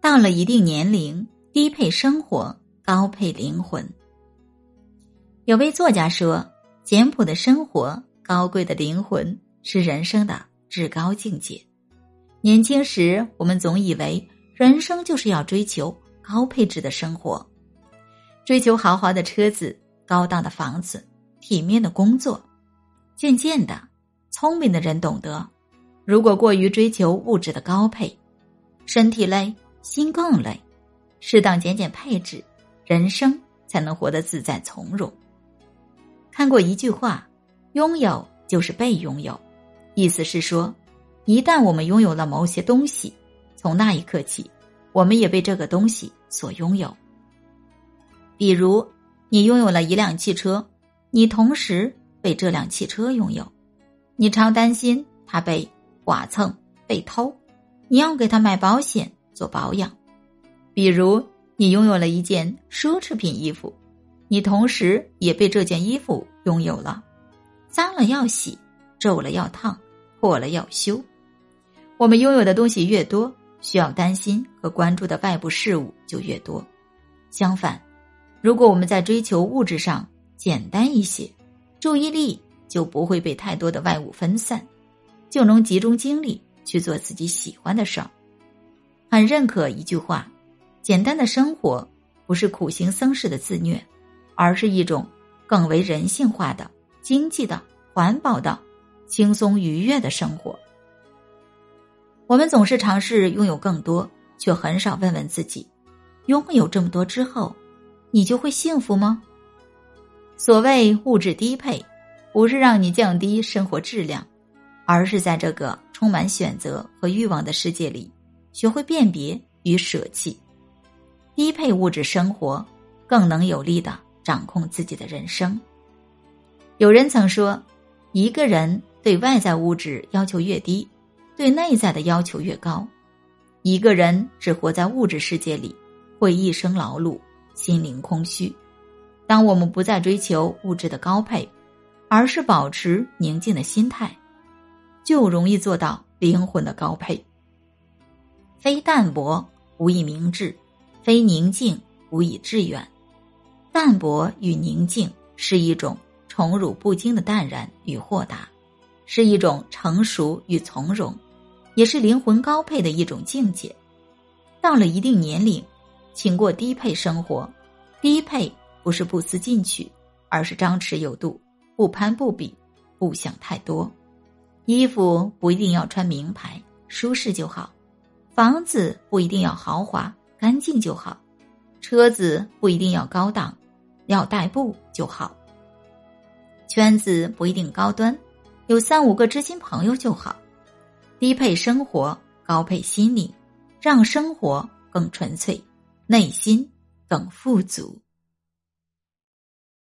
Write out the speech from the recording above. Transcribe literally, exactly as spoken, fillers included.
到了一定年龄，低配生活，高配灵魂。有位作家说，简朴的生活，高贵的灵魂，是人生的至高境界。年轻时，我们总以为人生就是要追求高配置的生活，追求豪华的车子、高档的房子、体面的工作。渐渐的，聪明的人懂得，如果过于追求物质的高配，身体累，心更累，适当减减配置，人生才能活得自在从容。看过一句话，拥有就是被拥有，意思是说，一旦我们拥有了某些东西，从那一刻起，我们也被这个东西所拥有。比如，你拥有了一辆汽车，你同时被这辆汽车拥有，你常担心它被剐蹭、被偷，你要给它买保险、做保养。比如，你拥有了一件奢侈品衣服，你同时也被这件衣服拥有了，脏了要洗，皱了要烫，破了要修。我们拥有的东西越多，需要担心和关注的外部事物就越多。相反，如果我们在追求物质上简单一些，注意力就不会被太多的外物分散，就能集中精力去做自己喜欢的事儿。很认可一句话，简单的生活不是苦行僧式的自虐，而是一种更为人性化的、经济的、环保的、轻松愉悦的生活。我们总是尝试拥有更多，却很少问问自己，拥有这么多之后，你就会幸福吗？所谓物质低配，不是让你降低生活质量，而是在这个充满选择和欲望的世界里，学会辨别与舍弃。低配物质生活，更能有力地掌控自己的人生。有人曾说，一个人对外在物质要求越低，对内在的要求越高。一个人只活在物质世界里，会一生劳碌，心灵空虚。当我们不再追求物质的高配，而是保持宁静的心态，就容易做到灵魂的高配。非淡泊无以明志，非宁静无以致远。淡泊与宁静是一种宠辱不惊的淡然与豁达，是一种成熟与从容，也是灵魂高配的一种境界。到了一定年龄，请过低配生活。低配不是不思进取，而是张弛有度，不攀不比，不想太多。衣服不一定要穿名牌，舒适就好；房子不一定要豪华，干净就好；车子不一定要高档，要代步就好；圈子不一定高端，有三五个知心朋友就好。低配生活，高配心灵，让生活更纯粹，内心更富足。